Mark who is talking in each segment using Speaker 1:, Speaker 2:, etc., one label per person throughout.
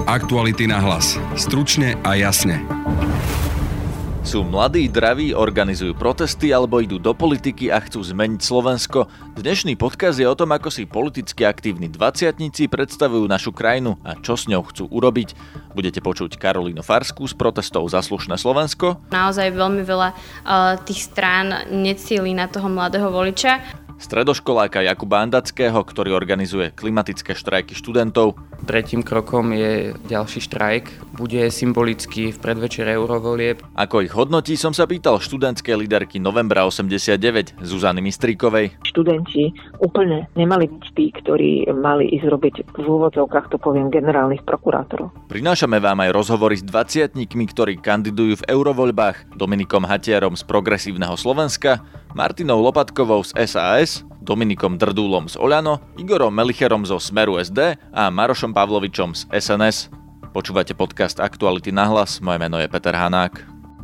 Speaker 1: Aktuality na hlas. Stručne a jasne.
Speaker 2: Sú mladí, draví, organizujú protesty alebo idú do politiky a chcú zmeniť Slovensko. Dnešný podcast je o tom, ako si politicky aktívni dvadsiatnici predstavujú našu krajinu a čo s ňou chcú urobiť. Budete počuť Karolínu Farskú z protestov Za slušné Slovensko.
Speaker 3: Naozaj veľmi veľa tých strán necielí na toho mladého voliča.
Speaker 2: Stredoškoláka Jakuba Andackého, ktorý organizuje klimatické štrajky študentov.
Speaker 4: Tretím krokom je ďalší štrajk. Bude symbolicky v predvečer eurovolieb.
Speaker 2: Ako ich hodnotí, som sa pýtal študentskej líderky Novembra 89 Zuzany Mistríkovej.
Speaker 5: Študenti úplne nemali byť tí, ktorí mali ísť robiť v úvodzovkách, to poviem, generálnych prokurátorov.
Speaker 2: Prinášame vám aj rozhovory s dvadsiatnikmi, ktorí kandidujú v eurovoľbách, Dominikom Hatiarom z Progresívneho Slovenska, Martinou Lopatkovou z SAS, Dominikom Drdúlom z Oľano, Igorom Melicherom zo Smeru SD a Marošom Pavlovičom z SNS. Počúvate podcast Aktuality na hlas, moje meno je Peter Hanák.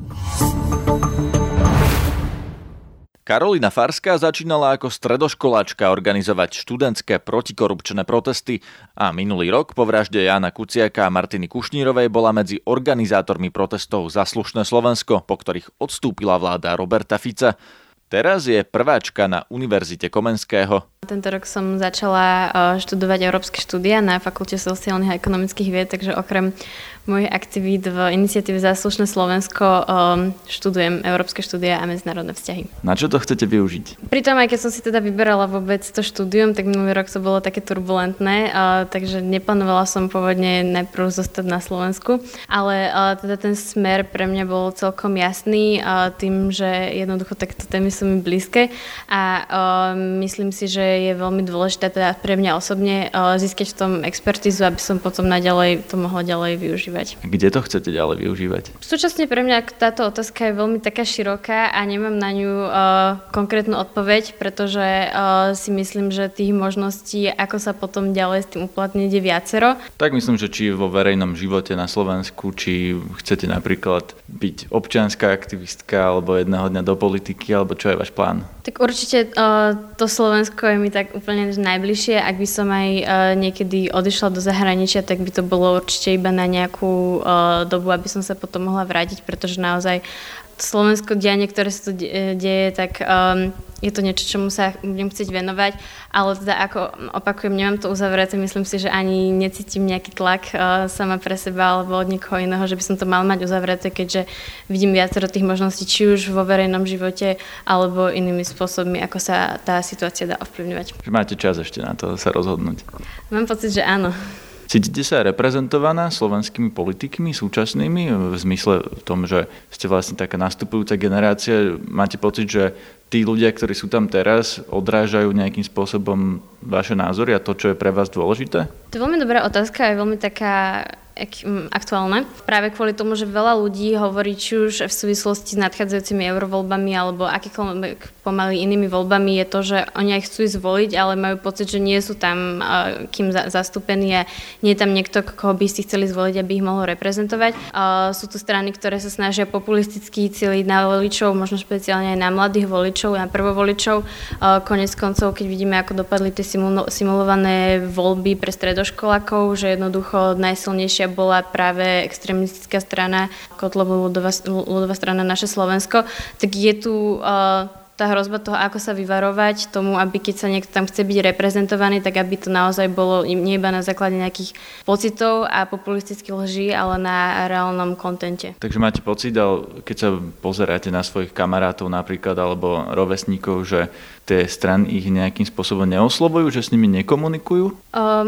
Speaker 2: Karolína Farská začínala ako stredoškoláčka organizovať študentské protikorupčné protesty a minulý rok po vražde Jána Kuciaka a Martiny Kušnírovej bola medzi organizátormi protestov Za slušné Slovensko, po ktorých odstúpila vláda Roberta Fica. Teraz je prváčka na Univerzite Komenského.
Speaker 3: Tento rok som začala študovať európske štúdia na Fakulte sociálnych a ekonomických vied, takže okrem mojich aktivít v iniciatíve Za slušné Slovensko študujem európske štúdia a medzinárodné vzťahy.
Speaker 2: Na čo to chcete využiť?
Speaker 3: Pritom aj keď som si teda vyberala vôbec to štúdium, tak minulý rok to bolo také turbulentné, takže neplánovala som pôvodne najprv zostať na Slovensku, ale teda ten smer pre mňa bol celkom jasný tým, že jednoducho takto témy sú mi blízke a myslím si, že je veľmi dôležité teda pre mňa osobne získať v tom expertízu, aby som potom naďalej to mohla ďalej využívať.
Speaker 2: Kde to chcete ďalej využívať?
Speaker 3: Súčasne pre mňa táto otázka je veľmi taká široká a nemám na ňu konkrétnu odpoveď, pretože si myslím, že tých možností, ako sa potom ďalej s tým uplatniť, je viacero.
Speaker 6: Tak myslím, že či vo verejnom živote na Slovensku, či chcete napríklad byť občianska aktivistka alebo jedného dňa do politiky, alebo čo je váš plán?
Speaker 3: Tak určite to Slovensko je mi tak úplne najbližšie. Ak by som aj niekedy odišla do zahraničia, tak by to bolo určite iba na nejakú dobu, aby som sa potom mohla vrátiť, pretože naozaj Slovensko dianie, ktoré sa tu deje, tak je to niečo, čomu sa budem chcieť venovať, ale teda ako opakujem, nemám to uzavreté, myslím si, že ani necítim nejaký tlak sama pre seba alebo od niekoho iného, že by som to mal mať uzavreté, keďže vidím viacero tých možností, či už vo verejnom živote alebo inými spôsobmi, ako sa tá situácia dá ovplyvňovať.
Speaker 6: Že máte čas ešte na to sa rozhodnúť?
Speaker 3: Mám pocit, že áno.
Speaker 6: Cítite sa reprezentovaná slovenskými politikmi súčasnými v zmysle v tom, že ste vlastne taká nastupujúca generácia? Máte pocit, že tí ľudia, ktorí sú tam teraz, odrážajú nejakým spôsobom vaše názory a to, čo je pre vás dôležité?
Speaker 3: To je veľmi dobrá otázka, je veľmi taká aktuálne. Práve kvôli tomu, že veľa ľudí hovorí, či už v súvislosti s nadchádzajúcimi eurovoľbami alebo akýkoľvek pomaly inými voľbami, je to, že oni aj chcú ísť voliť, ale majú pocit, že nie sú tam kým zastúpení a nie je tam niekto, koho by si chceli zvoliť, aby ich mohol reprezentovať. Sú tu strany, ktoré sa snažia populisticky cieliť na voličov, možno špeciálne aj na mladých voličov, na prvovoličov. Konec koncov, keď vidíme, ako dopadli tie simulované voľby pre stredoškolákov, že jednoducho najsilnejšia bola práve extrémistická strana Kotlebová ľudová strana Naše Slovensko, tak je tu tá hrozba toho, ako sa vyvarovať tomu, aby keď sa niekto tam chce byť reprezentovaný, tak aby to naozaj bolo nie iba na základe nejakých pocitov a populistických lží, ale na reálnom kontente.
Speaker 6: Takže máte pocit, keď sa pozeráte na svojich kamarátov napríklad alebo rovesníkov, že tie strany ich nejakým spôsobom neoslovujú, že s nimi nekomunikujú?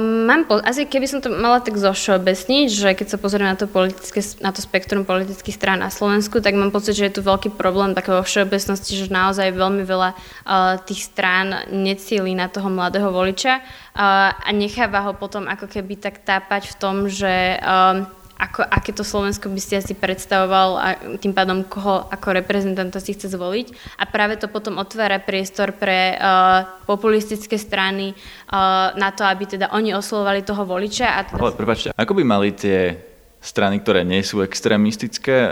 Speaker 3: Asi keby som to mala tak zovšeobecniť, že keď sa pozriem na to spektrum politických strán na Slovensku, tak mám pocit, že je tu veľký problém takého všeobecnosti, že naozaj veľmi veľa tých strán necielí na toho mladého voliča a necháva ho potom ako keby tak tápať v tom, že aké to Slovensko by si asi predstavoval a tým pádom koho ako reprezentanta si chce zvoliť. A práve to potom otvára priestor pre populistické strany na to, aby teda oni oslovovali toho voliča.
Speaker 6: Ale prepáčte, ako by mali tie strany, ktoré nie sú extrémistické,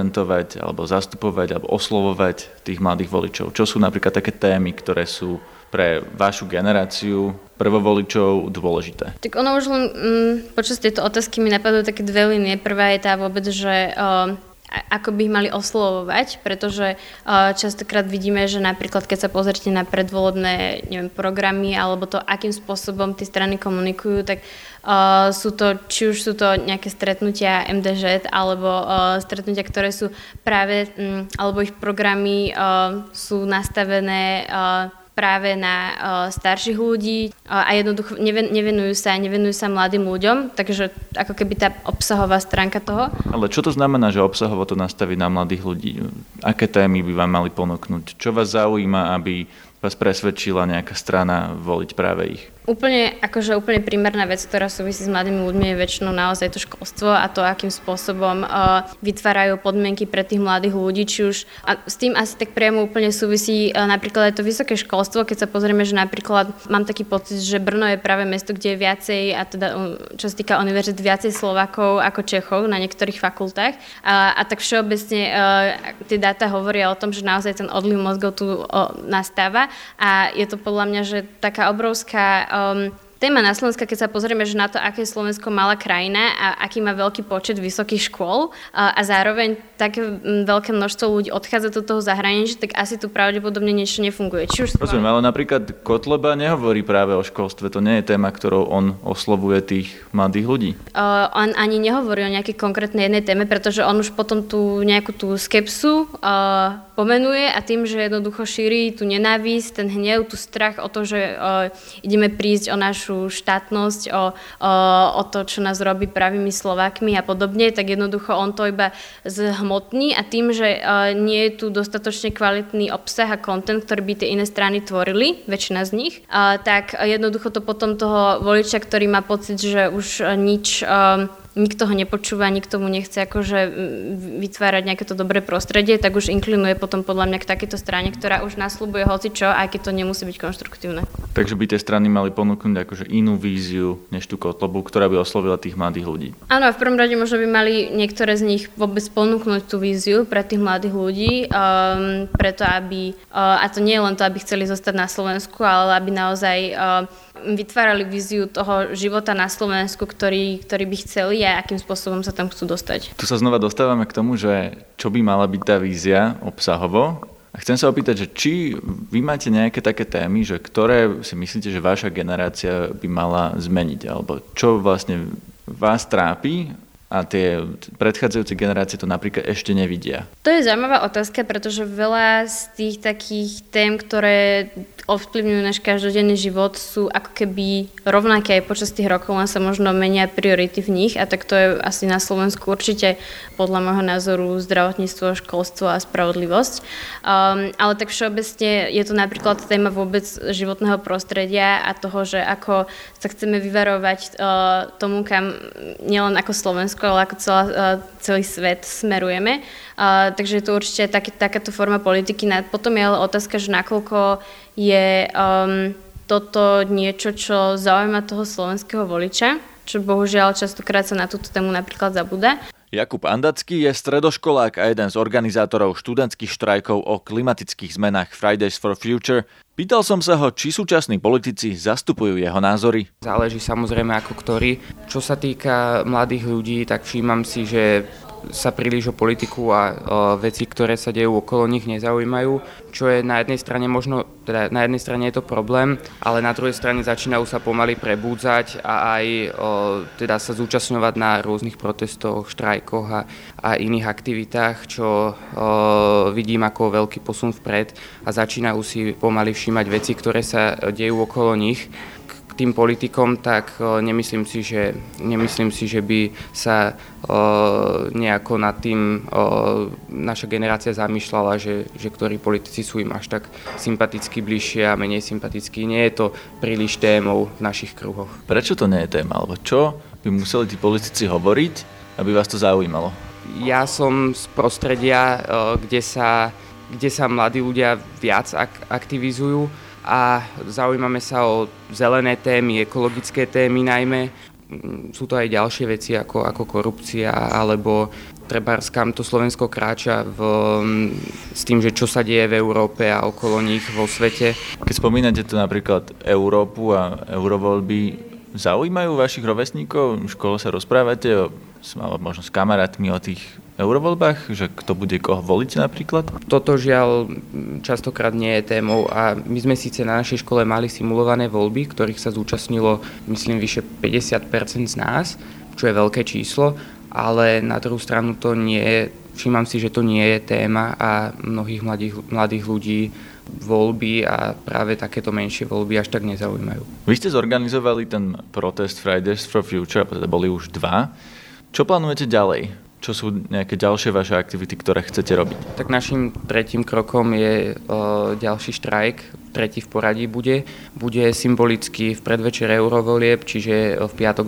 Speaker 6: reprezentovať alebo zastupovať alebo oslovovať tých mladých voličov? Čo sú napríklad také témy, ktoré sú pre vašu generáciu prvovoličov dôležité?
Speaker 3: Tak ono už len počas tejto otázky mi napadajú také dve línie. Prvá je tá vôbec, že ako by ich mali oslovovať, pretože častokrát vidíme, že napríklad keď sa pozrite na predvolebné programy alebo to, akým spôsobom tie strany komunikujú, tak či už sú to nejaké stretnutia MDŽ alebo stretnutia, ktoré sú práve, alebo ich programy sú nastavené práve na starších ľudí a jednoducho nevenujú sa mladým ľuďom, takže ako keby tá obsahová stránka toho.
Speaker 6: Ale čo to znamená, že obsahovo to nastaví na mladých ľudí? Aké témy by vám mali ponúknuť? Čo vás zaujíma, aby vás presvedčila nejaká strana voliť práve ich?
Speaker 3: Úplne primárna vec, ktorá súvisí s mladými ľuďmi, je väčšinou naozaj to školstvo a to, akým spôsobom vytvárajú podmienky pre tých mladých ľudí, či už a s tým asi tak priamo úplne súvisí napríklad aj to vysoké školstvo, keď sa pozrieme, že napríklad mám taký pocit, že Brno je práve mesto, kde je viacej, a teda čo sa týka univerzít, viacej Slovákov ako Čechov na niektorých fakultách a tak všeobecne tie dáta hovoria o tom, že naozaj ten odliv mozgov tu nastáva a je to podľa mňa, že taká obrovská téma na Slovensku, keď sa pozrieme, že na to, aké je Slovensko malá krajina a aký má veľký počet vysokých škôl a zároveň také veľké množstvo ľudí odchádza do toho zahraničia, tak asi tu pravdepodobne niečo nefunguje.
Speaker 6: Rozumiem, ale napríklad Kotleba nehovorí práve o školstve, to nie je téma, ktorou on oslovuje tých mladých ľudí.
Speaker 3: On ani nehovorí o nejakej konkrétnej jednej téme, pretože on už potom tú nejakú tú skepsu pomenuje a tým, že jednoducho šíri tú nenávisť, ten hnev, tú strach o to, že ideme prísť o našu štátnosť, o to, čo nás robí pravými Slovákmi a podobne, tak jednoducho on to iba zhmotní a tým, že nie je tu dostatočne kvalitný obsah a content, ktorý by tie iné strany tvorili, väčšina z nich, tak jednoducho to potom toho voliča, ktorý má pocit, že už nikto ho nepočúva, nikto mu nechce akože vytvárať nejaké to dobré prostredie, tak už inklinuje potom podľa mňa k takejto strane, ktorá už nasľubuje hocičo, aj keď to nemusí byť konštruktívne.
Speaker 6: Takže by tie strany mali ponúknuť akože inú víziu než tú Kotlobu, ktorá by oslovila tých mladých ľudí.
Speaker 3: Áno, a v prvom rade možno by mali niektoré z nich vôbec ponúknuť tú víziu pre tých mladých ľudí, preto aby, a to nie je len to, aby chceli zostať na Slovensku, ale aby naozaj vytvárali víziu toho života na Slovensku, ktorý by chceli a akým spôsobom sa tam chcú dostať.
Speaker 6: Tu sa znova dostávame k tomu, že čo by mala byť tá vízia obsahovo. A chcem sa opýtať, že či vy máte nejaké také témy, že ktoré si myslíte, že vaša generácia by mala zmeniť, alebo čo vlastne vás trápi a tie predchádzajúce generácie to napríklad ešte nevidia? To
Speaker 3: je zaujímavá otázka, pretože veľa z tých takých tém, ktoré ovplyvňujú náš každodenný život, sú ako keby rovnaké aj počas tých rokov, len sa možno menia priority v nich a tak to je asi na Slovensku určite podľa môjho názoru zdravotníctvo, školstvo a spravodlivosť. Ale tak všeobecne je to napríklad téma vôbec životného prostredia a toho, že ako sa chceme vyvarovať tomu, kam nielen ako Slovensko, ale ako celý svet smerujeme. Takže je to určite takáto forma politiky. Potom je ale otázka, že nakoľko je toto niečo, čo zaujíma toho slovenského voliča, čo bohužiaľ častokrát sa na túto tému napríklad zabúda.
Speaker 2: Jakub Andacký je stredoškolák a jeden z organizátorov študentských štrajkov o klimatických zmenách Fridays for Future. Pýtal som sa ho, či súčasní politici zastupujú jeho názory.
Speaker 4: Záleží samozrejme ako ktorý. Čo sa týka mladých ľudí, tak všímam si, že sa príliš o politiku a veci, ktoré sa dejú okolo nich, nezaujímajú, čo je na jednej strane možno, teda na jednej strane je to problém, ale na druhej strane začínajú sa pomaly prebúdzať a aj teda sa zúčastňovať na rôznych protestoch, štrajkoch a iných aktivitách, čo vidím ako veľký posun vpred a začínajú si pomaly všímať veci, ktoré sa dejú okolo nich. Tým politikom, tak nemyslím si, že by sa nejako nad tým naša generácia zamýšľala, že ktorí politici sú im až tak sympaticky bližšie a menej sympatickí. Nie je to príliš témou v našich kruhoch.
Speaker 6: Prečo to nie je téma? Alebo čo by museli tí politici hovoriť, aby vás to zaujímalo?
Speaker 4: Ja som z prostredia, kde sa mladí ľudia viac aktivizujú a zaujímame sa o zelené témy, ekologické témy najmä. sú to aj ďalšie veci ako korupcia, alebo trebárs kam to Slovensko kráča s tým, že čo sa deje v Európe a okolo nich vo svete.
Speaker 6: Keď spomínate tu napríklad Európu a eurovoľby, zaujímajú vašich rovesníkov? V škole sa rozprávate možno s kamarátmi o tých eurovoľbách, že kto bude koho voliť napríklad?
Speaker 4: Toto žiaľ častokrát nie je témou a my sme síce na našej škole mali simulované voľby, ktorých sa zúčastnilo, myslím, vyše 50% z nás, čo je veľké číslo, ale na druhú stranu to nie je, všímam si, že to nie je téma a mnohých mladých ľudí voľby a práve takéto menšie voľby až tak nezaujímajú.
Speaker 6: Vy ste zorganizovali ten protest Fridays for Future, teda boli už 2. Čo plánujete ďalej? Čo sú nejaké ďalšie vaše aktivity, ktoré chcete robiť?
Speaker 4: Tak našim tretím krokom je ďalší štrajk, tretí v poradí bude symbolicky v predvečer eurovolieb, čiže v piatok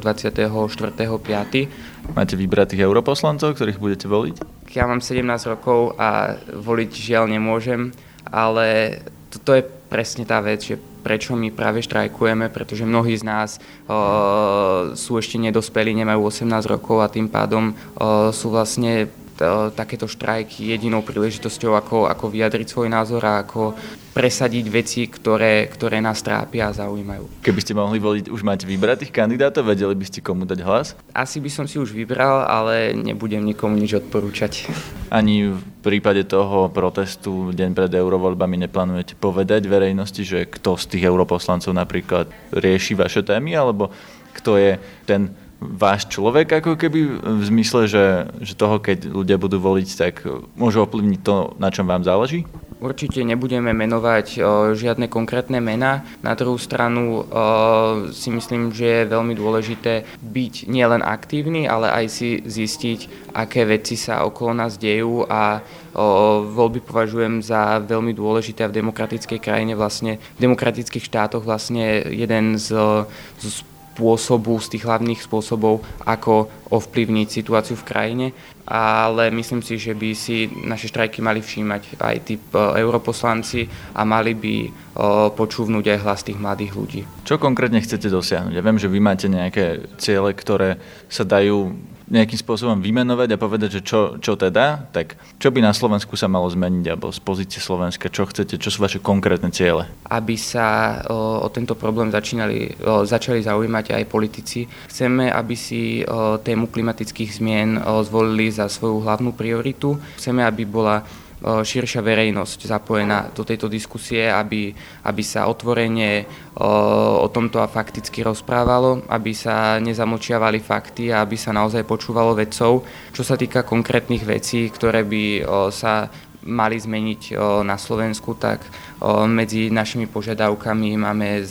Speaker 4: 24.5.
Speaker 6: Máte vybratých europoslancov, ktorých budete voliť?
Speaker 4: Ja mám 17 rokov a voliť žiaľ nemôžem, ale toto je presne tá vec, že prečo my práve štrajkujeme, pretože mnohí z nás sú ešte nedospelí, nemajú 18 rokov a tým pádom sú vlastne takéto štrajky jedinou príležitosťou, ako vyjadriť svoj názor a ako presadiť veci, ktoré nás trápia a zaujímajú.
Speaker 6: Keby ste mohli voliť, už máte vybratých kandidátov, vedeli by ste komu dať hlas?
Speaker 4: Asi by som si už vybral, ale nebudem nikomu nič odporúčať.
Speaker 6: Ani v prípade toho protestu deň pred eurovoľbami neplánujete povedať verejnosti, že kto z tých europoslancov napríklad rieši vaše témy, alebo kto je ten váš človek, ako keby v zmysle, že toho, keď ľudia budú voliť, tak môžu ovplyvniť to, na čom vám záleží?
Speaker 4: Určite nebudeme menovať žiadne konkrétne mená. Na druhú stranu si myslím, že je veľmi dôležité byť nielen aktívny, ale aj si zistiť, aké veci sa okolo nás dejú a voľby považujem za veľmi dôležité v demokratickej krajine, vlastne v demokratických štátoch vlastne jeden z tých hlavných spôsobov, ako ovplyvniť situáciu v krajine, ale myslím si, že by si naše štrajky mali všímať aj tí europoslanci a mali by počúvnuť aj hlas tých mladých ľudí.
Speaker 6: Čo konkrétne chcete dosiahnuť? Ja viem, že vy máte nejaké ciele, ktoré sa dajú nejakým spôsobom vymenovať a povedať, že čo teda, tak čo by na Slovensku sa malo zmeniť, alebo z pozície Slovenska, čo chcete, čo sú vaše konkrétne ciele?
Speaker 4: Aby sa o tento problém začali zaujímať aj politici. Chceme, aby si tému klimatických zmien zvolili za svoju hlavnú prioritu. Chceme, aby bola širšia verejnosť zapojená do tejto diskusie, aby sa otvorene o tomto a fakticky rozprávalo, aby sa nezamlčiavali fakty a aby sa naozaj počúvalo vedcov. Čo sa týka konkrétnych vecí, ktoré by sa mali zmeniť na Slovensku, tak medzi našimi požiadavkami máme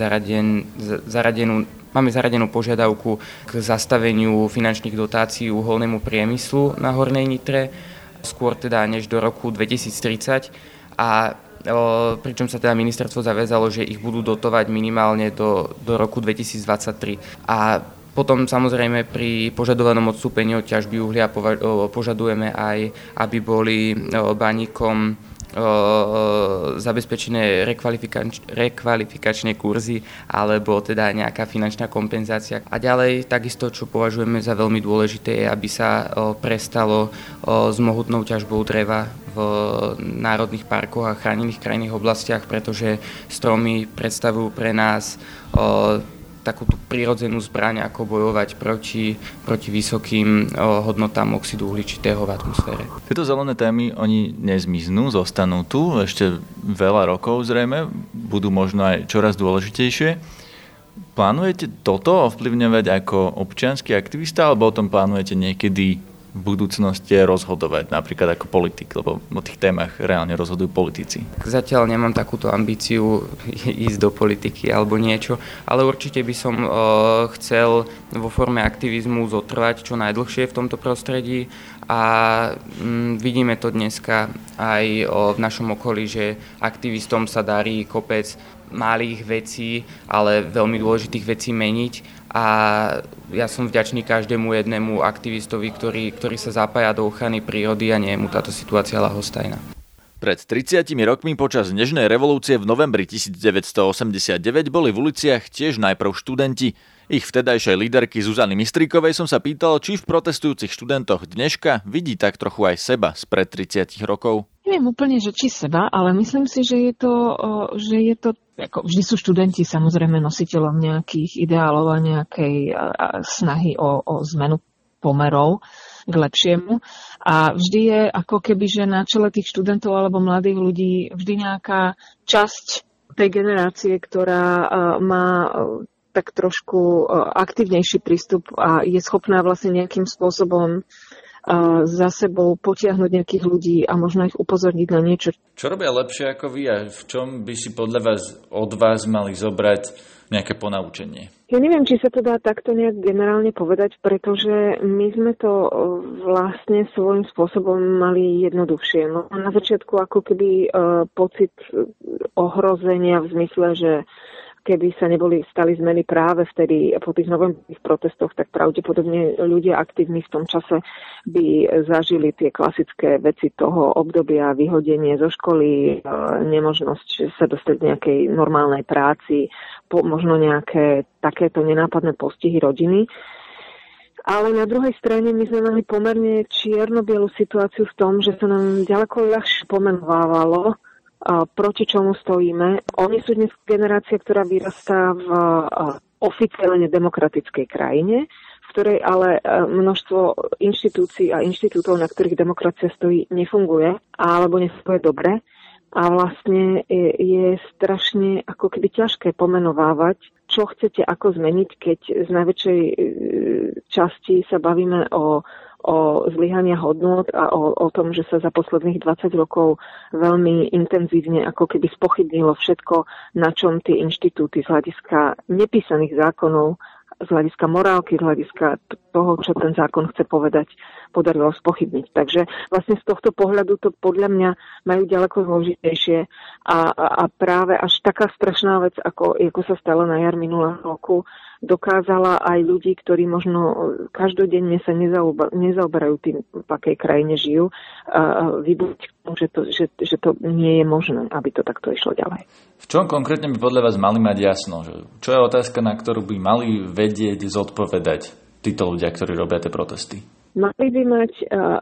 Speaker 4: zaradenú požiadavku k zastaveniu finančných dotácií uholnému priemyslu na Hornej Nitre, skôr teda než do roku 2030 a pričom sa teda ministerstvo zaviazalo, že ich budú dotovať minimálne do roku 2023. A potom samozrejme pri požadovanom odstúpení od ťažby uhlia požadujeme aj, aby boli baníkom zabezpečené rekvalifikačné kurzy alebo teda nejaká finančná kompenzácia. A ďalej takisto, čo považujeme za veľmi dôležité, je, aby sa prestalo s mohutnou ťažbou dreva v národných parkoch a chránených krajinných oblastiach, pretože stromy predstavujú pre nás takú tú prírodzenú zbraň, ako bojovať proti vysokým hodnotám oxidu uhličitého v atmosfére.
Speaker 6: Tieto zelené témy, oni nezmiznú, zostanú tu ešte veľa rokov zrejme, budú možno aj čoraz dôležitejšie. Plánujete toto ovplyvňovať ako občiansky aktivista, alebo o tom plánujete niekedy v budúcnosti rozhodovať, napríklad ako politik, lebo o tých témach reálne rozhodujú politici?
Speaker 4: Zatiaľ nemám takúto ambíciu ísť do politiky alebo niečo, ale určite by som chcel vo forme aktivizmu zotrvať čo najdlhšie v tomto prostredí a vidíme to dneska aj v našom okolí, že aktivistom sa darí kopec malých vecí, ale veľmi dôležitých vecí meniť. A ja som vďačný každému jednému aktivistovi, ktorý sa zapája do ochrany prírody a nie je mu táto situácia ľahostajná.
Speaker 2: Pred 30 rokmi počas Nežnej revolúcie v novembri 1989 boli v uliciach tiež najprv študenti. Ich vtedajšej líderky Zuzany Mistríkovej som sa pýtal, či v protestujúcich študentoch dneška vidí tak trochu aj seba spred 30 rokov.
Speaker 5: Neviem úplne, že či seba, ale myslím si, že je to ako vždy sú študenti samozrejme nositeľom nejakých ideálov a nejakej snahy o zmenu pomerov k lepšiemu. A vždy je ako keby, že na čele tých študentov alebo mladých ľudí vždy nejaká časť tej generácie, ktorá má tak trošku aktívnejší prístup a je schopná vlastne nejakým spôsobom za sebou potiahnuť nejakých ľudí a možno ich upozorniť na niečo.
Speaker 6: Čo robia lepšie ako vy a v čom by si podľa vás od vás mali zobrať nejaké ponaučenie?
Speaker 5: Ja neviem, či sa to dá takto nejak generálne povedať, pretože my sme to vlastne svojím spôsobom mali jednoduchšie. No, na začiatku ako keby pocit ohrozenia v zmysle, že keby sa stali zmeny práve vtedy po tých novembrových protestoch, tak pravdepodobne ľudia aktívni v tom čase by zažili tie klasické veci toho obdobia, vyhodenie zo školy, nemožnosť sa dostať k nejakej normálnej práci, možno nejaké takéto nenápadné postihy rodiny. Ale na druhej strane my sme mali pomerne čierno-bielu situáciu v tom, že sa nám ďaleko ľahšie pomenovávalo, proti čomu stojíme. Oni sú dnes generácia, ktorá vyrastá v oficiálne demokratickej krajine, v ktorej ale množstvo inštitúcií a inštitútov, na ktorých demokracia stojí, nefunguje alebo nefunguje dobre. A vlastne je strašne ako keby ťažké pomenovávať, čo chcete ako zmeniť, keď z najväčšej časti sa bavíme o zlyhania hodnôt a o tom, že sa za posledných 20 rokov veľmi intenzívne ako keby spochybnilo všetko, na čom tie inštitúty z hľadiska nepísaných zákonov, z hľadiska morálky, z hľadiska toho, čo ten zákon chce povedať, podarilo spochybniť. Takže vlastne z tohto pohľadu to podľa mňa majú ďaleko zložitejšie a práve až taká strašná vec, ako sa stalo na jar minulého roku, dokázala aj ľudí, ktorí možno každodenne sa nezaoberajú tým, v akej krajine žijú, vybudiť k tomu, že to nie je možné, aby to takto išlo ďalej.
Speaker 6: V čom konkrétne by podľa vás mali mať jasno? Čo je otázka, na ktorú by mali vedieť zodpovedať títo ľudia, ktorí robia tie protesty?
Speaker 5: Mali by mať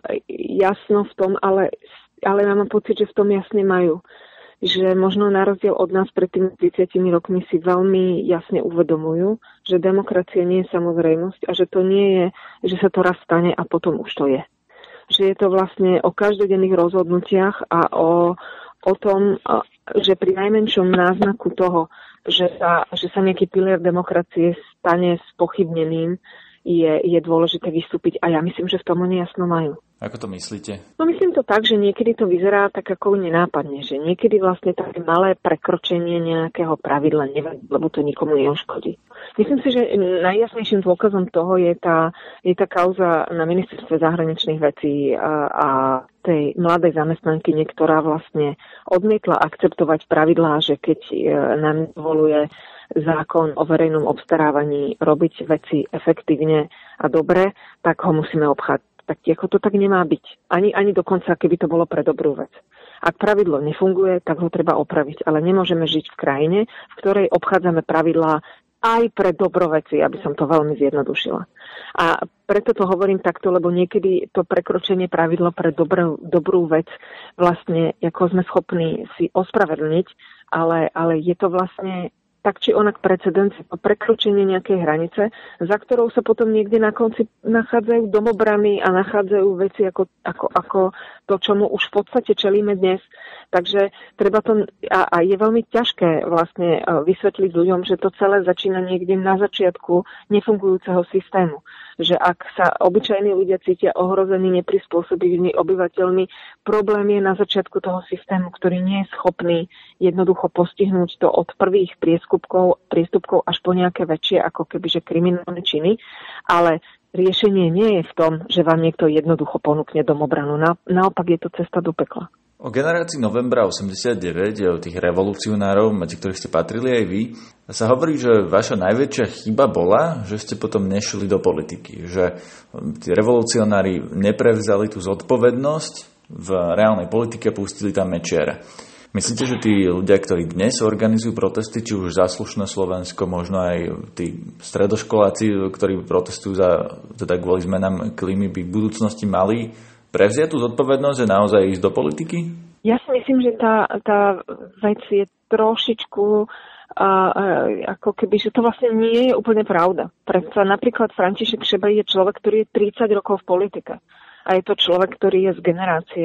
Speaker 5: jasno v tom, ale mám pocit, že v tom jasne majú. Že možno na rozdiel od nás pred tými 30 rokmi si veľmi jasne uvedomujú, že demokracia nie je samozrejmosť a že to nie je, že sa to raz stane a potom už to je. Že je to vlastne o každodenných rozhodnutiach a o tom, že pri najmenšom náznaku toho, že sa nejaký pilier demokracie stane spochybneným, je dôležité vystúpiť a ja myslím, že v tom oni jasno majú.
Speaker 6: Ako to myslíte?
Speaker 5: No myslím to tak, že niekedy to vyzerá tak ako nenápadne, že niekedy vlastne také malé prekročenie nejakého pravidla nevadí, lebo to nikomu neuškodí. Myslím si, že najjasnejším dôkazom toho je tá kauza na ministerstve zahraničných vecí a tej mladej zamestnankyne, ktorá vlastne odmietla akceptovať pravidlá, že keď nám dovoluje zákon o verejnom obstarávaní robiť veci efektívne a dobre, tak ho musíme obchádzať. Tak ako to tak nemá byť. Ani dokonca, keby to bolo pre dobrú vec. Ak pravidlo nefunguje, tak ho treba opraviť. Ale nemôžeme žiť v krajine, v ktorej obchádzame pravidlá aj pre dobroveci, aby som to veľmi zjednodušila. A preto to hovorím takto, lebo niekedy to prekročenie pravidla pre dobrú vec vlastne, ako sme schopní si ospravedlniť, ale je to vlastne tak či onak precedens, prekročenie nejakej hranice, za ktorou sa potom niekde na konci nachádzajú domobrany a nachádzajú veci ako to, čomu už v podstate čelíme dnes. Takže treba to, a je veľmi ťažké vlastne vysvetliť ľuďom, že to celé začína niekde na začiatku nefungujúceho systému. Že ak sa obyčajní ľudia cítia ohrození neprispôsobivými obyvateľmi, problém je na začiatku toho systému, ktorý nie je schopný jednoducho postihnúť to od prvých priestupkov až po nejaké väčšie, ako kebyže kriminálne činy, ale riešenie nie je v tom, že vám niekto jednoducho ponúkne domobranu. Naopak je to cesta do pekla.
Speaker 6: O generácii novembra 89, o tých revolucionárov, medzi ktorých ste patrili aj vy, sa hovorí, že vaša najväčšia chyba bola, že ste potom nešli do politiky. Že tí revolucionári neprevzali tú zodpovednosť v reálnej politike a pustili tam Mečiara. Myslíte, že tí ľudia, ktorí dnes organizujú protesty, či už Záslušné Slovensko, možno aj tí stredoškoláci, ktorí protestujú teda kvôli zmenám klímy, by v budúcnosti mali prevziať tú zodpovednosť a naozaj ísť do politiky? Ja
Speaker 5: si myslím, že tá vec je trošičku ako keby, že to vlastne nie je úplne pravda. Predsa napríklad František Šebej je človek, ktorý je 30 rokov v politike. A je to človek, ktorý je z generácie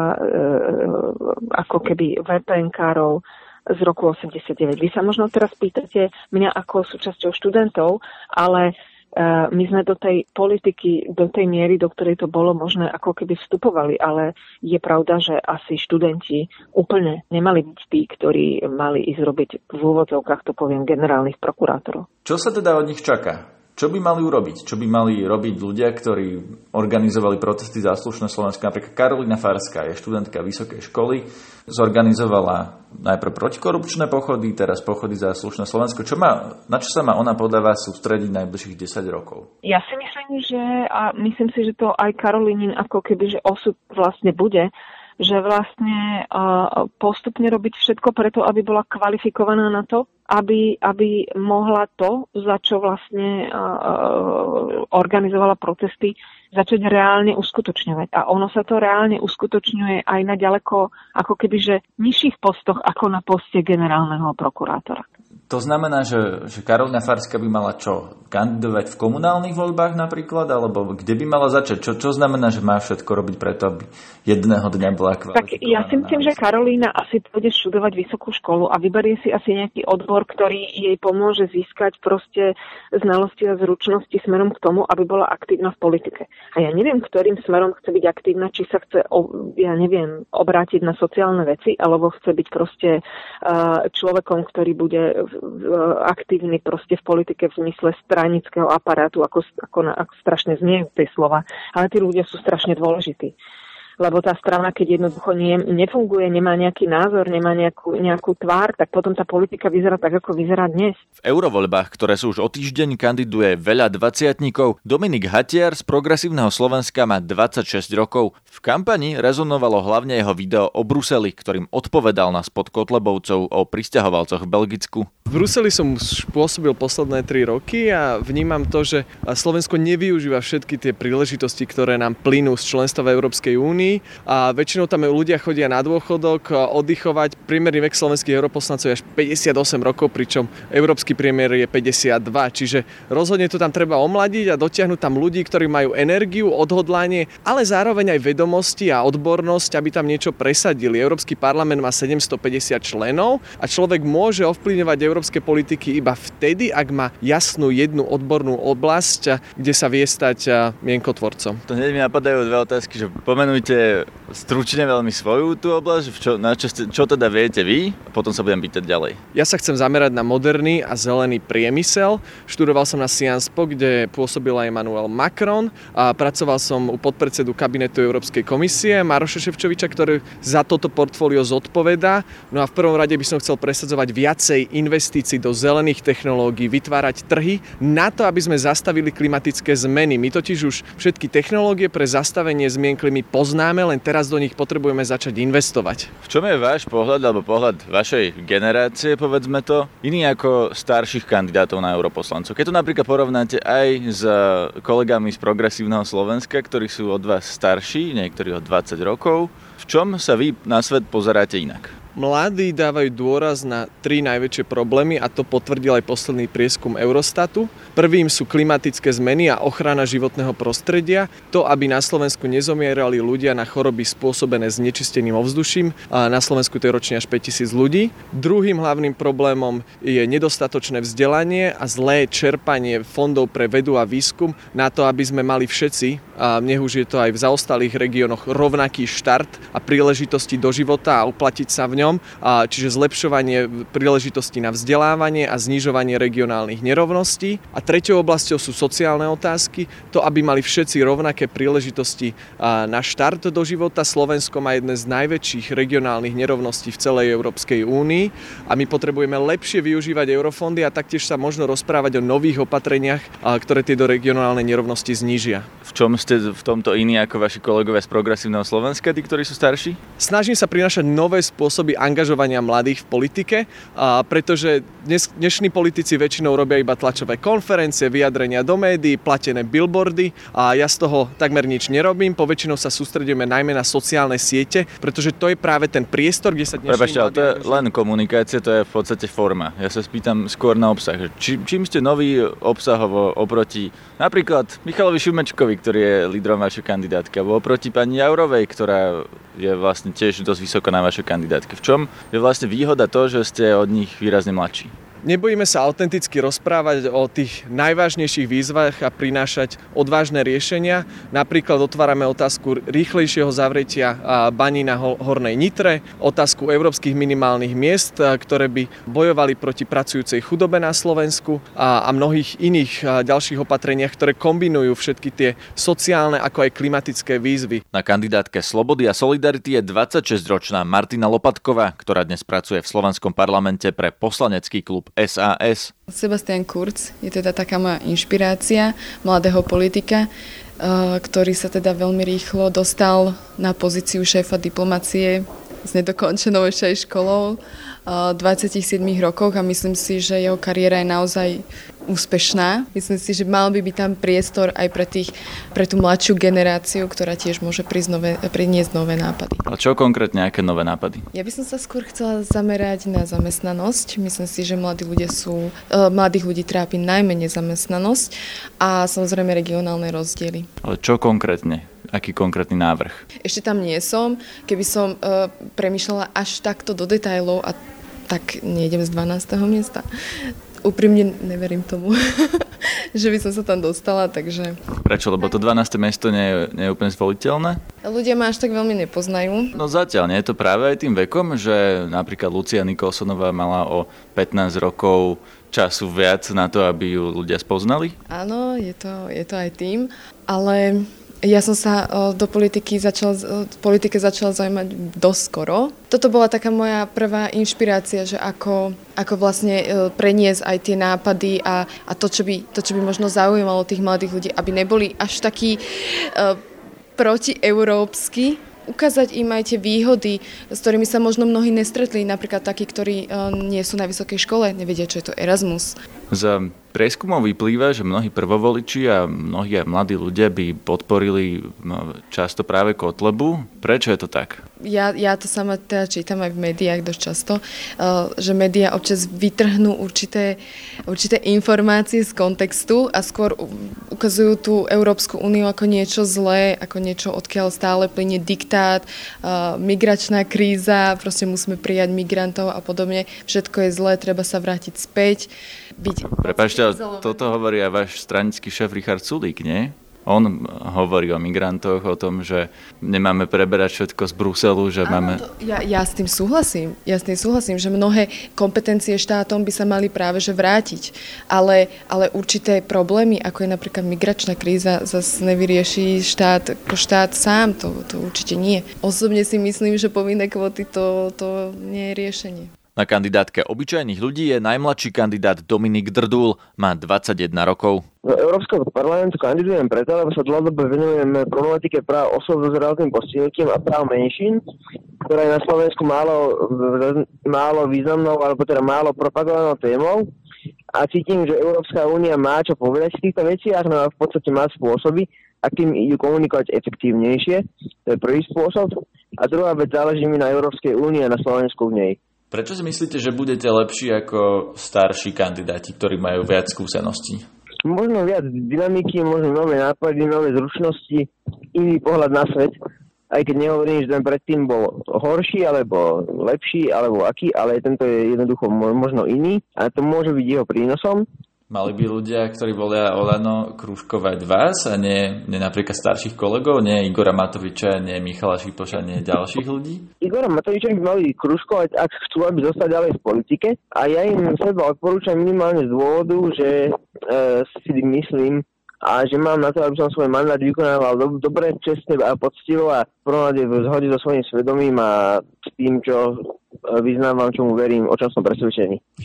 Speaker 5: ako keby VPN-károv z roku 89. Vy sa možno teraz pýtate mňa ako súčasťou študentov, ale my sme do tej politiky, do tej miery, do ktorej to bolo možné, ako keby vstupovali, ale je pravda, že asi študenti úplne nemali byť tí, ktorí mali ísť robiť v úvodzovkách, to poviem, generálnych prokurátorov.
Speaker 6: Čo sa teda od nich čaká? Čo by mali urobiť? Čo by mali robiť ľudia, ktorí organizovali protesty Záslušné Slovensko? Napríklad Karolína Farská je študentka vysokej školy, zorganizovala najprv protikorupčné pochody, teraz pochody Záslušné Slovensko. Na čo sa má ona podľa vás sústrediť najbližších 10 rokov?
Speaker 5: Ja si myslím, že to aj Karolínin ako keby, že osud vlastne bude, že vlastne postupne robiť všetko preto, aby bola kvalifikovaná na to, aby mohla to, za čo vlastne organizovala protesty, začať reálne uskutočňovať. A ono sa to reálne uskutočňuje aj na ďaleko, ako keby, že nižších postoch ako na poste generálneho prokurátora.
Speaker 6: To znamená, že Karolína Farská by mala čo? Kandidovať v komunálnych voľbách napríklad? Alebo kde by mala začať? Čo znamená, že má všetko robiť preto, aby jedného dňa bola kvalifikovaná?
Speaker 5: Tak ja si myslím, že Karolína asi pôjde študovať vysokú školu a vyberie si asi nejaký odbor, ktorý jej pomôže získať proste znalosti a zručnosti smerom k tomu, aby bola aktívna v politike. A ja neviem, ktorým smerom chce byť aktívna, či sa chce, obrátiť na sociálne veci, alebo chce byť proste človekom, ktorý bude aktívny proste v politike v zmysle stranického aparátu, ako strašne znie tie slova. Ale tí ľudia sú strašne dôležití. Lebo tá strana, keď jednoducho nefunguje, nemá nejaký názor, nemá nejakú tvár, tak potom tá politika vyzerá tak, ako vyzerá dnes.
Speaker 2: V eurovoľbách, ktoré sú už o týždeň, kandiduje veľa dvadsiatnikov. Dominik Hatiar z Progresívneho Slovenska má 26 rokov. V kampani rezonovalo hlavne jeho video o Bruseli, ktorým odpovedal na spot Kotlebovcov o prisťahovalcoch v Belgicku.
Speaker 7: V Bruseli som pôsobil posledné 3 roky a vnímam to, že Slovensko nevyužíva všetky tie príležitosti, ktoré nám plynú z členstva v Európskej únii. A väčšinou tam ľudia chodia na dôchodok oddychovať. Priemerný vek slovenských europoslancov je až 58 rokov, pričom európsky priemer je 52. Čiže rozhodne to tam treba omladiť a dotiahnuť tam ľudí, ktorí majú energiu, odhodlanie, ale zároveň aj vedomosti a odbornosť, aby tam niečo presadili. Európsky parlament má 750 členov a človek môže ovplyvňovať európske politiky iba vtedy, ak má jasnú jednu odbornú oblasť, kde sa vie stať mienkotvorcom.
Speaker 2: To hneď mi napadajú dve otázky, že pomenujte stručne veľmi svoju tú oblasť, čo teda viete vy, a potom sa budem pýtať ďalej.
Speaker 7: Ja sa chcem zamerať na moderný a zelený priemysel. Študoval som na Sciences Po, kde pôsobil aj Emmanuel Macron a pracoval som u podpredsedu kabinetu Európskej komisie Maroša Šefčoviča, ktorý za toto portfólio zodpovedá. No a v prvom rade by som chcel presadzovať viacej investícií do zelených technológií, vytvárať trhy na to, aby sme zastavili klimatické zmeny. My totiž už všetky technológie pre zastavenie zmien klímy poznáme, len teraz do nich potrebujeme začať investovať.
Speaker 2: V čom je váš pohľad, alebo pohľad vašej generácie, povedzme to, iný ako starších kandidátov na europoslancov? Keď to napríklad porovnáte aj s kolegami z Progresívneho Slovenska, ktorí sú od vás starší, niektorí od 20 rokov, v čom sa vy na svet pozeráte inak?
Speaker 7: Mladí dávajú dôraz na 3 najväčšie problémy a to potvrdil aj posledný prieskum Eurostatu. Prvým sú klimatické zmeny a ochrana životného prostredia. To, aby na Slovensku nezomierali ľudia na choroby spôsobené znečisteným ovzduším. A na Slovensku to je ročne až 5000 ľudí. Druhým hlavným problémom je nedostatočné vzdelanie a zlé čerpanie fondov pre vedu a výskum na to, aby sme mali všetci, a nech už je to aj v zaostalých regiónoch, rovnaký štart a príležitosti do života a uplatiť sa v ňom. Čiže zlepšovanie príležitostí na vzdelávanie a znižovanie regionálnych nerovností. A treťou oblasťou sú sociálne otázky, to, aby mali všetci rovnaké príležitosti na štart do života. Slovensko má jedné z najväčších regionálnych nerovností v celej Európskej únii a my potrebujeme lepšie využívať eurofondy a taktiež sa možno rozprávať o nových opatreniach, ktoré tieto regionálne nerovnosti znížia.
Speaker 2: V čom ste v tomto iní ako vaši kolegovia z Progresívneho Slovenska, tí, ktorí sú starší?
Speaker 7: Snažím sa prinášať nové spôsoby spôsoby angažovania mladých v politike, pretože dnešní politici väčšinou robia iba tlačové konferencie, vyjadrenia do médií, platené billboardy a ja z toho takmer nič nerobím. Poväčšinou sa sústredíme najmä na sociálne siete, pretože to je práve ten priestor, kde sa dnešní
Speaker 6: mladí... ale to je len komunikácia, to je v podstate forma. Ja sa spýtam skôr na obsah. Čím ste noví obsahovo oproti napríklad Michalovi Šimečkovi, ktorý je lídrom vašej kandidátky, alebo oproti pani Jourovej, ktorá je vlastne tiež dosť vysoko na vašej kandidátke. V čom je vlastne výhoda to, že ste od nich výrazne mladší?
Speaker 7: Nebojíme sa autenticky rozprávať o tých najvážnejších výzvach a prinášať odvážne riešenia. Napríklad otvárame otázku rýchlejšieho zavretia baní na Hornej Nitre, otázku európskych minimálnych miest, ktoré by bojovali proti pracujúcej chudobe na Slovensku a mnohých iných ďalších opatreniach, ktoré kombinujú všetky tie sociálne ako aj klimatické výzvy.
Speaker 2: Na kandidátke Slobody a Solidarity je 26-ročná Martina Lopatková, ktorá dnes pracuje v slovenskom parlamente pre poslanecký klub SAS.
Speaker 8: Sebastian Kurz je teda taká moja inšpirácia mladého politika, ktorý sa teda veľmi rýchlo dostal na pozíciu šéfa diplomacie s nedokončenou ešte aj školou v 27 rokoch a myslím si, že jeho kariéra je naozaj úspešná. Myslím si, že mal by byť tam priestor aj pre tú mladšiu generáciu, ktorá tiež môže priniesť nové nápady.
Speaker 6: A čo konkrétne, aké nové nápady?
Speaker 8: Ja by som sa skôr chcela zamerať na zamestnanosť. Myslím si, že mladých ľudí trápi najmä nezamestnanosť a samozrejme regionálne rozdiely.
Speaker 6: Ale čo konkrétne? Aký konkrétny návrh?
Speaker 8: Ešte tam nie som. Keby som premýšľala až takto do detailov, tak nejdem z 12. miesta. Úprimne neverím tomu, že by som sa tam dostala, takže...
Speaker 6: Prečo? Lebo to 12. miesto nie je úplne zvoliteľné?
Speaker 8: Ľudia ma až tak veľmi nepoznajú.
Speaker 6: No zatiaľ nie je to práve aj tým vekom, že napríklad Lucia Nikolsonová mala o 15 rokov času viac na to, aby ju ľudia spoznali?
Speaker 8: Áno, je to aj tým, ale... Ja som sa do politike začala zaujímať dosť skoro. Toto bola taká moja prvá inšpirácia, že ako vlastne preniesť aj tie nápady a to, čo by možno zaujímalo tých mladých ľudí, aby neboli až takí protieurópsky. Ukázať im aj tie výhody, s ktorými sa možno mnohí nestretli, napríklad takí, ktorí nie sú na vysokej škole, nevedia, čo je to Erasmus.
Speaker 6: Z prieskumov vyplýva, že mnohí prvovoliči a mnohí aj mladí ľudia by podporili často práve Kotlebu. Prečo je to tak?
Speaker 8: Ja to sama teda čítam aj v médiách dosť často, že médiá občas vytrhnú určité informácie z kontextu a skôr ukazujú tú Európsku úniu ako niečo zlé, ako niečo, odkiaľ stále plynie diktát, migračná kríza, proste musíme prijať migrantov a podobne. Všetko je zlé, treba sa vrátiť späť.
Speaker 6: Prepáčte, toto hovorí aj váš stranický šéf Richard Sulík, nie? On hovorí o migrantoch, o tom, že nemáme preberať všetko z Bruselu, že máme...
Speaker 8: Ja s tým súhlasím. Že mnohé kompetencie štátom by sa mali práve že vrátiť. Ale určité problémy, ako je napríklad migračná kríza, zase nevyrieši štát sám. To určite nie. Osobne si myslím, že povinné kvóty to nie je riešenie.
Speaker 2: Na kandidátke obyčajných ľudí je najmladší kandidát Dominik Drdúl, má 21 rokov.
Speaker 9: Do Európskeho parlamentu kandidujem preto, lebo sa dlhodobo venujem problematike práv osôb so zdravotným postihnutím a práv menšín, ktorá je na Slovensku málo významnou, alebo teda málo propagovanou témou. A cítim, že Európska únia má čo povedať v týchto veciach, no a v podstate má spôsoby, akým idú komunikovať efektívnejšie. To je prvý spôsob. A druhá vec, záleží mi na Európskej únii a na Slovensku v nej.
Speaker 2: Prečo si myslíte, že budete lepší ako starší kandidáti, ktorí majú viac skúseností?
Speaker 9: Možno viac dynamiky, možno nové nápady, nové zručnosti, iný pohľad na svet. Aj keď nehovorím, že ten predtým bol horší, alebo lepší, alebo aký, ale tento je jednoducho možno iný a to môže byť jeho prínosom.
Speaker 2: Mali by ľudia, ktorí volia Olano, krúžkovať vás a nie napríklad starších kolegov, nie Igora Matoviča, nie Michala Šipoša, nie ďalších ľudí?
Speaker 9: Igora Matoviča by mali krúžkovať, ak chcú, aby zostať ďalej v politike. A ja im seba odporúčam minimálne z dôvodu, že si myslím a že mám na to, aby som svoj mandát vykonával dobre, čestne a poctivo a v prvom rade v zhode so svojím svedomím a s tým, čo vyznávam, čomu verím, o čom som presvedčený.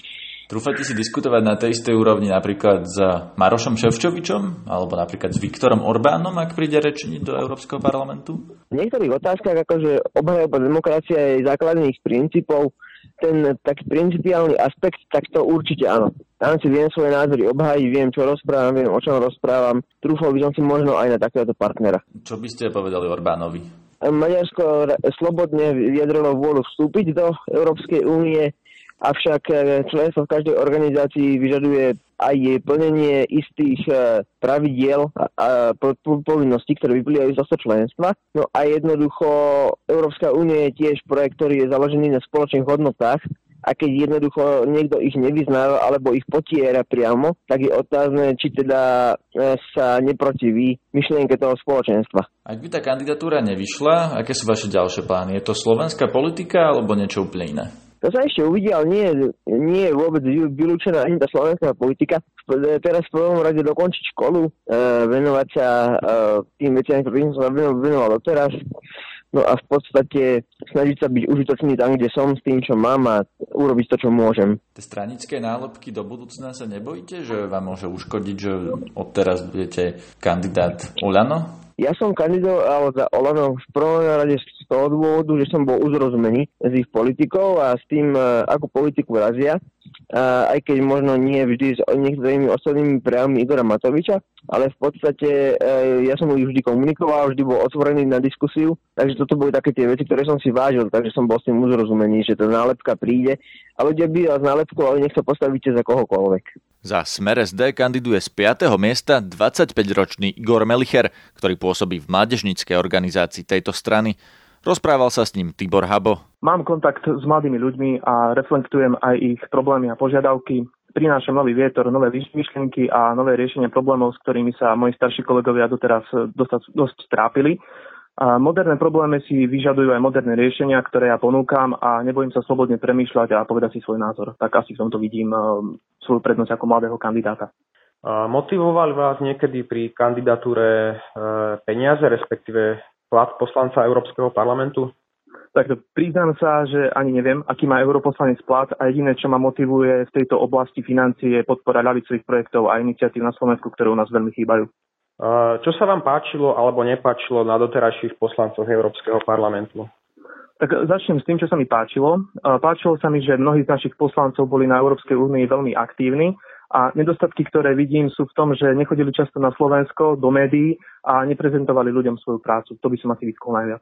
Speaker 6: Trúfate si diskutovať na tej istej úrovni napríklad s Marošom Šefčovičom alebo napríklad s Viktorom Orbánom, ak príde rečniť do Európskeho parlamentu?
Speaker 9: V niektorých otázkach, akože obhajoba demokracia je základných princípov, ten taký principiálny aspekt, tak to určite áno. Tam si viem svoje názory obhájiť, viem, čo rozprávam, viem, o čom rozprávam. Trúfal by som si možno aj na takéhoto partnera.
Speaker 6: Čo by ste povedali Orbánovi?
Speaker 9: Maďarsko slobodne vyjadrilo vôľu vstúpiť do Európskej únie, avšak členstvo v každej organizácii vyžaduje aj jej plnenie istých pravidiel a povinností, ktoré vyplývajú z tohto členstva. No a jednoducho Európska únia je tiež projekt, ktorý je založený na spoločných hodnotách a keď jednoducho niekto ich nevyznáva alebo ich potiera priamo, tak je otázne, či teda sa neprotiví myšlienke toho spoločenstva.
Speaker 6: Ak by tá kandidatúra nevyšla, aké sú vaše ďalšie plány? Je to slovenská politika alebo niečo úplne iné?
Speaker 9: To sa ešte uvidí, ale nie je vôbec vylúčená ani tá slovenská politika. Teraz v prvom rade dokončiť školu, venovať sa tým veciam, ktorým som sa venoval doteraz. No a v podstate snažiť sa byť užitočný tam, kde som, s tým, čo mám a urobiť to, čo môžem.
Speaker 6: Tie stranické nálepky do budúcna sa nebojíte, že vám môže uškodiť, že odteraz budete kandidát Oľano?
Speaker 9: Ja som kandidoval za Oľano v prvom rade z toho dôvodu, že som bol uzrozumený s ich politikou a s tým, ako politiku razia. Aj keď možno nie vždy s niektorými ostatnými prejavmi Igora Matoviča, ale v podstate ja som ich vždy komunikoval, vždy bol otvorený na diskusiu, takže toto boli také tie veci, ktoré som si vážil, takže som bol s tým uzrozumený, že tá nálepka príde a ľudia by s nálepkou, ale nech sa postavíte za kohokoľvek.
Speaker 2: Za Smer SD kandiduje z 5. miesta 25-ročný Igor Melicher, ktorý pôsobí v mládežníckej organizácii tejto strany. Rozprával sa s ním Tibor Habo.
Speaker 10: Mám kontakt s mladými ľuďmi a reflektujem aj ich problémy a požiadavky. Prinášam nový vietor, nové myšlienky a nové riešenie problémov, s ktorými sa moji starší kolegovia doteraz dosť trápili. A moderné problémy si vyžadujú aj moderné riešenia, ktoré ja ponúkam a nebojím sa slobodne premýšľať a povedať si svoj názor. Tak asi v tomto vidím svoju prednosť ako mladého kandidáta.
Speaker 11: Motivovali vás niekedy pri kandidatúre peniaze, respektíve plat poslanca Európskeho parlamentu?
Speaker 10: Tak priznám sa, že ani neviem, aký má europoslanec plat a jediné, čo ma motivuje v tejto oblasti financií, je podpora ľavicových projektov a iniciatív na Slovensku, ktoré u nás veľmi chýbajú.
Speaker 11: Čo sa vám páčilo alebo nepáčilo na doterajších poslancoch Európskeho parlamentu?
Speaker 10: Tak začnem s tým, čo sa mi páčilo. Páčilo sa mi, že mnohí z našich poslancov boli na Európskej únii veľmi aktívni a nedostatky, ktoré vidím, sú v tom, že nechodili často na Slovensko, do médií a neprezentovali ľuďom svoju prácu. To by som asi vytkol najviac.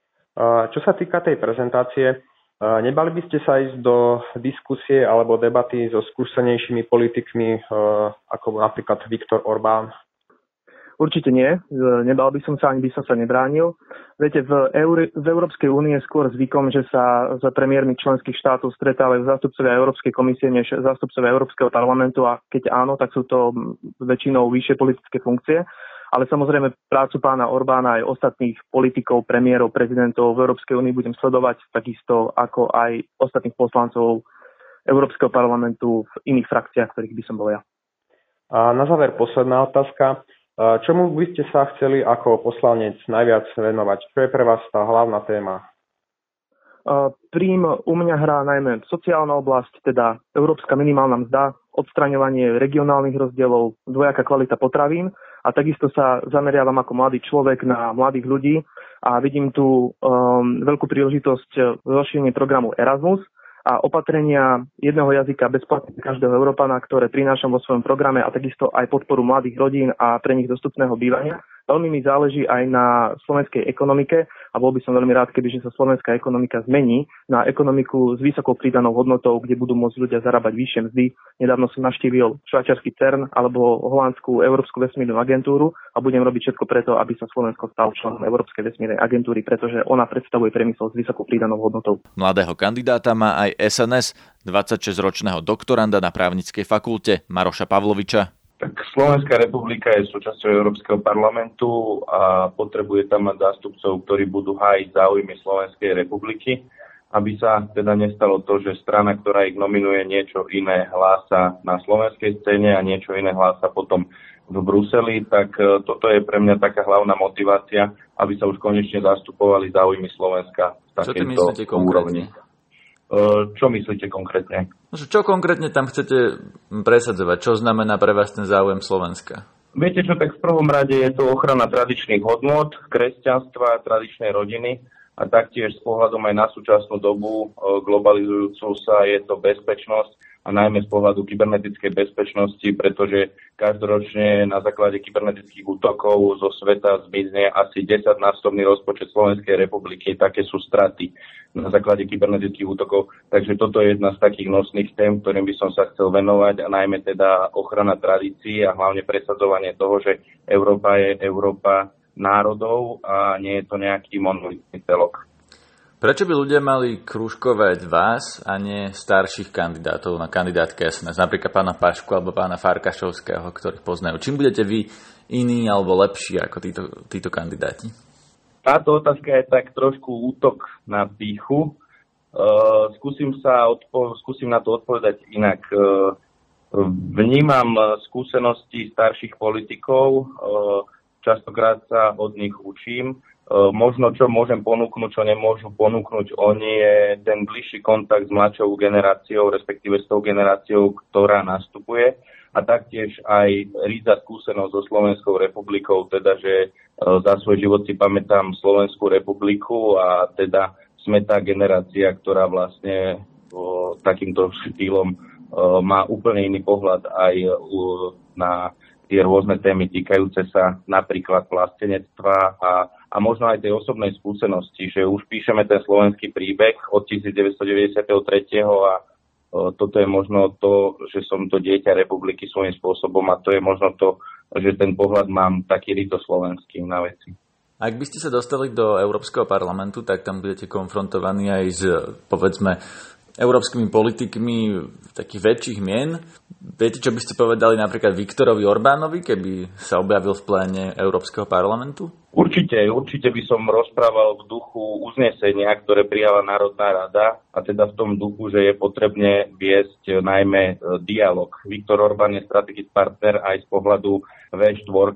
Speaker 11: Čo sa týka tej prezentácie, nebali by ste sa ísť do diskusie alebo debaty so skúsenejšími politikmi, ako napríklad Viktor Orbán?
Speaker 10: Určite nie. Nebal by som sa, ani by som sa nebránil. Viete, v Európskej únie je skôr zvykom, že sa za premiérmi členských štátov stretávajú zástupcovia Európskej komisie než zástupcovia Európskeho parlamentu a keď áno, tak sú to väčšinou vyššie politické funkcie. Ale samozrejme prácu pána Orbána aj ostatných politikov, premiérov, prezidentov v Európskej únii budem sledovať takisto ako aj ostatných poslancov Európskeho parlamentu v iných frakciách, ktorých by som bol ja.
Speaker 11: A na záver posledná otázka. Čomu by ste sa chceli ako poslanec najviac venovať? Čo je pre vás tá hlavná téma?
Speaker 10: Prím u mňa hrá najmä sociálna oblasť, teda európska minimálna mzda, odstraňovanie regionálnych rozdielov, dvojaká kvalita potravín a takisto sa zameriavam ako mladý človek na mladých ľudí a vidím tu veľkú príležitosť rozšírenie programu Erasmus a opatrenia jedného jazyka bezplatne každého Európana, ktoré prinášam vo svojom programe a takisto aj podporu mladých rodín a pre nich dostupného bývania. Veľmi mi záleží aj na slovenskej ekonomike a bol by som veľmi rád, kebyže sa slovenská ekonomika zmení na ekonomiku s vysokou pridanou hodnotou, kde budú môcť ľudia zarábať vyššie mzdy. Nedávno som navštívil švajčiarsky CERN alebo holandskú Európsku vesmírnu agentúru a budem robiť všetko preto, aby sa Slovensko stalo členom Európskej vesmírnej agentúry, pretože ona predstavuje priemysel s vysokou pridanou hodnotou.
Speaker 2: Mladého kandidáta má aj SNS, 26-ročného doktoranda na právnickej fakulte Maroša Pavloviča.
Speaker 12: Tak Slovenská republika je súčasťou Európskeho parlamentu a potrebuje tam mať zástupcov, ktorí budú hájiť záujmy Slovenskej republiky, aby sa teda nestalo to, že strana, ktorá ich nominuje, niečo iné hlása na slovenskej scéne a niečo iné hlása potom v Bruseli, tak toto je pre mňa taká hlavná motivácia, aby sa už konečne zastupovali záujmy Slovenska v takejto úrovni. Čo myslíte konkrétne?
Speaker 2: Čo konkrétne tam chcete presadzovať? Čo znamená pre vás ten záujem Slovenska?
Speaker 12: Viete čo, tak v prvom rade je to ochrana tradičných hodnôt, kresťanstva, tradičnej rodiny a taktiež s pohľadom aj na súčasnú dobu globalizujúcu sa je to bezpečnosť a najmä z pohľadu kybernetickej bezpečnosti, pretože každoročne na základe kybernetických útokov zo sveta zmizne asi 10-násobný rozpočet Slovenskej republiky. Také sú straty na základe kybernetických útokov. Takže toto je jedna z takých nosných tém, ktorým by som sa chcel venovať a najmä teda ochrana tradícií a hlavne presadzovanie toho, že Európa je Európa národov a nie je to nejaký monolitný celok.
Speaker 2: Prečo by ľudia mali krúžkovať vás a nie starších kandidátov na kandidátke SNS, napríklad pána Pašku alebo pána Farkašovského, ktorých poznajú? Čím budete vy iní alebo lepší ako títo kandidáti?
Speaker 12: Táto otázka je tak trošku útok na pýchu. Skúsim na to odpovedať inak. Vnímam skúsenosti starších politikov, častokrát sa od nich učím. Možno, čo môžem ponúknuť, čo nemôžu ponúknuť oni, je ten bližší kontakt s mladšou generáciou, respektíve s tou generáciou, ktorá nastupuje. A taktiež aj rídza skúsenosť so Slovenskou republikou, teda, že za svoj život si pamätám Slovenskú republiku a teda sme tá generácia, ktorá vlastne takýmto štýlom má úplne iný pohľad aj na tie rôzne témy týkajúce sa napríklad vlastenectva a možno aj tej osobnej skúsenosti, že už píšeme ten slovenský príbeh od 1993. a toto je možno to, že som to dieťa republiky svojím spôsobom a to je možno to, že ten pohľad mám taký rito slovenský na veci.
Speaker 2: Ak by ste sa dostali do Európskeho parlamentu, tak tam budete konfrontovaní aj s, povedzme, európskymi politikmi takých väčších mien. Viete, čo by ste povedali napríklad Viktorovi Orbánovi, keby sa objavil v pléne Európskeho parlamentu?
Speaker 12: Určite by som rozprával v duchu uznesenia, ktoré prijala Národná rada, a teda v tom duchu, že je potrebné viesť najmä dialog. Viktor Orbán je strategický partner aj z pohľadu V4,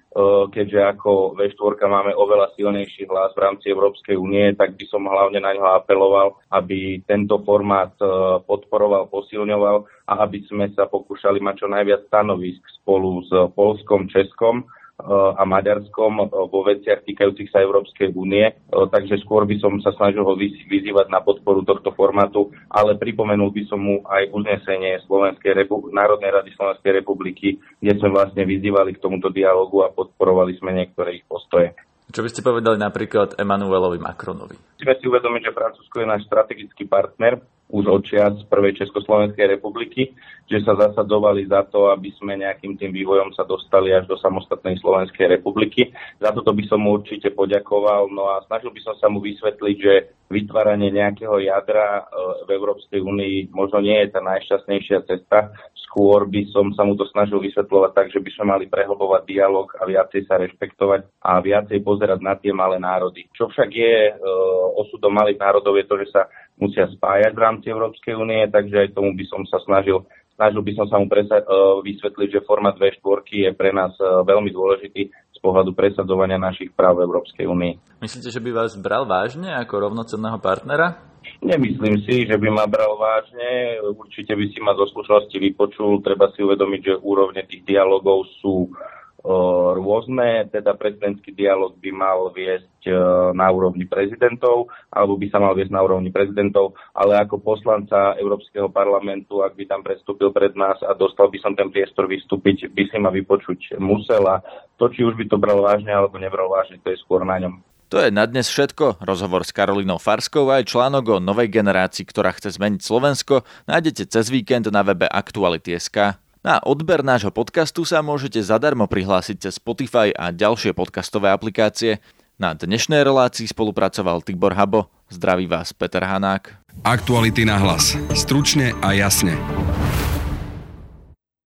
Speaker 12: keďže ako V4 máme oveľa silnejší hlas v rámci Európskej únie, tak by som hlavne na ňo apeloval, aby tento formát podporoval, posilňoval a aby sme sa pokúšali mať čo najviac stanovisk spolu s Poľskom, Českom a Maďarskom vo veciach týkajúcich sa Európskej únie. Takže skôr by som sa snažil ho vyzývať na podporu tohto formátu, ale pripomenul by som mu aj uznesenie Národnej rady Slovenskej republiky, kde sme vlastne vyzývali k tomuto dialogu a podporovali sme niektoré ich postoje.
Speaker 2: Čo by ste povedali napríklad Emmanuelovi Macronovi?
Speaker 12: Musíme si uvedomiť, že Francúzsko je náš strategický partner už od čias prvej Československej republiky, že sa zasadzovali za to, aby sme nejakým tým vývojom sa dostali až do samostatnej Slovenskej republiky. Za toto by som mu určite poďakoval, no a snažil by som sa mu vysvetliť, že vytváranie nejakého jadra v Európskej únii možno nie je tá najšťastnejšia cesta. Skôr by som sa mu to snažil vysvetľovať tak, že by sme mali prehlbovať dialog a viacej sa rešpektovať a viacej pozerať na tie malé národy. Čo však je osudom malých národov je to, že sa musia spájať v rámci Európskej únie, takže aj tomu by som sa snažil by som sa mu vysvetliť, že formát V4 je pre nás veľmi dôležitý z pohľadu presadzovania našich práv v Európskej únii.
Speaker 2: Myslíte, že by vás bral vážne ako rovnocenného partnera?
Speaker 12: Nemyslím si, že by ma bral vážne. Určite by si ma zo slušnosti vypočul. Treba si uvedomiť, že úrovne tých dialogov sú rôzne, teda prezidentský dialog by mal viesť na úrovni prezidentov, alebo by sa mal viesť na úrovni prezidentov, ale ako poslanca Európskeho parlamentu, ak by tam predstúpil pred nás a dostal by som ten priestor vystúpiť, by si ma vypočuť musel a to, či už by to bral vážne alebo nebral vážne, to je skôr na ňom.
Speaker 2: To je na dnes všetko. Rozhovor s Karolínou Farskou aj článok o novej generácii, ktorá chce zmeniť Slovensko, nájdete cez víkend na webe Aktuality.sk. Na odber nášho podcastu sa môžete zadarmo prihlásiť cez Spotify a ďalšie podcastové aplikácie. Na dnešnej relácii spolupracoval Tibor Habo. Zdraví vás Peter Hanák.
Speaker 1: Aktuality na hlas. Stručne a jasne.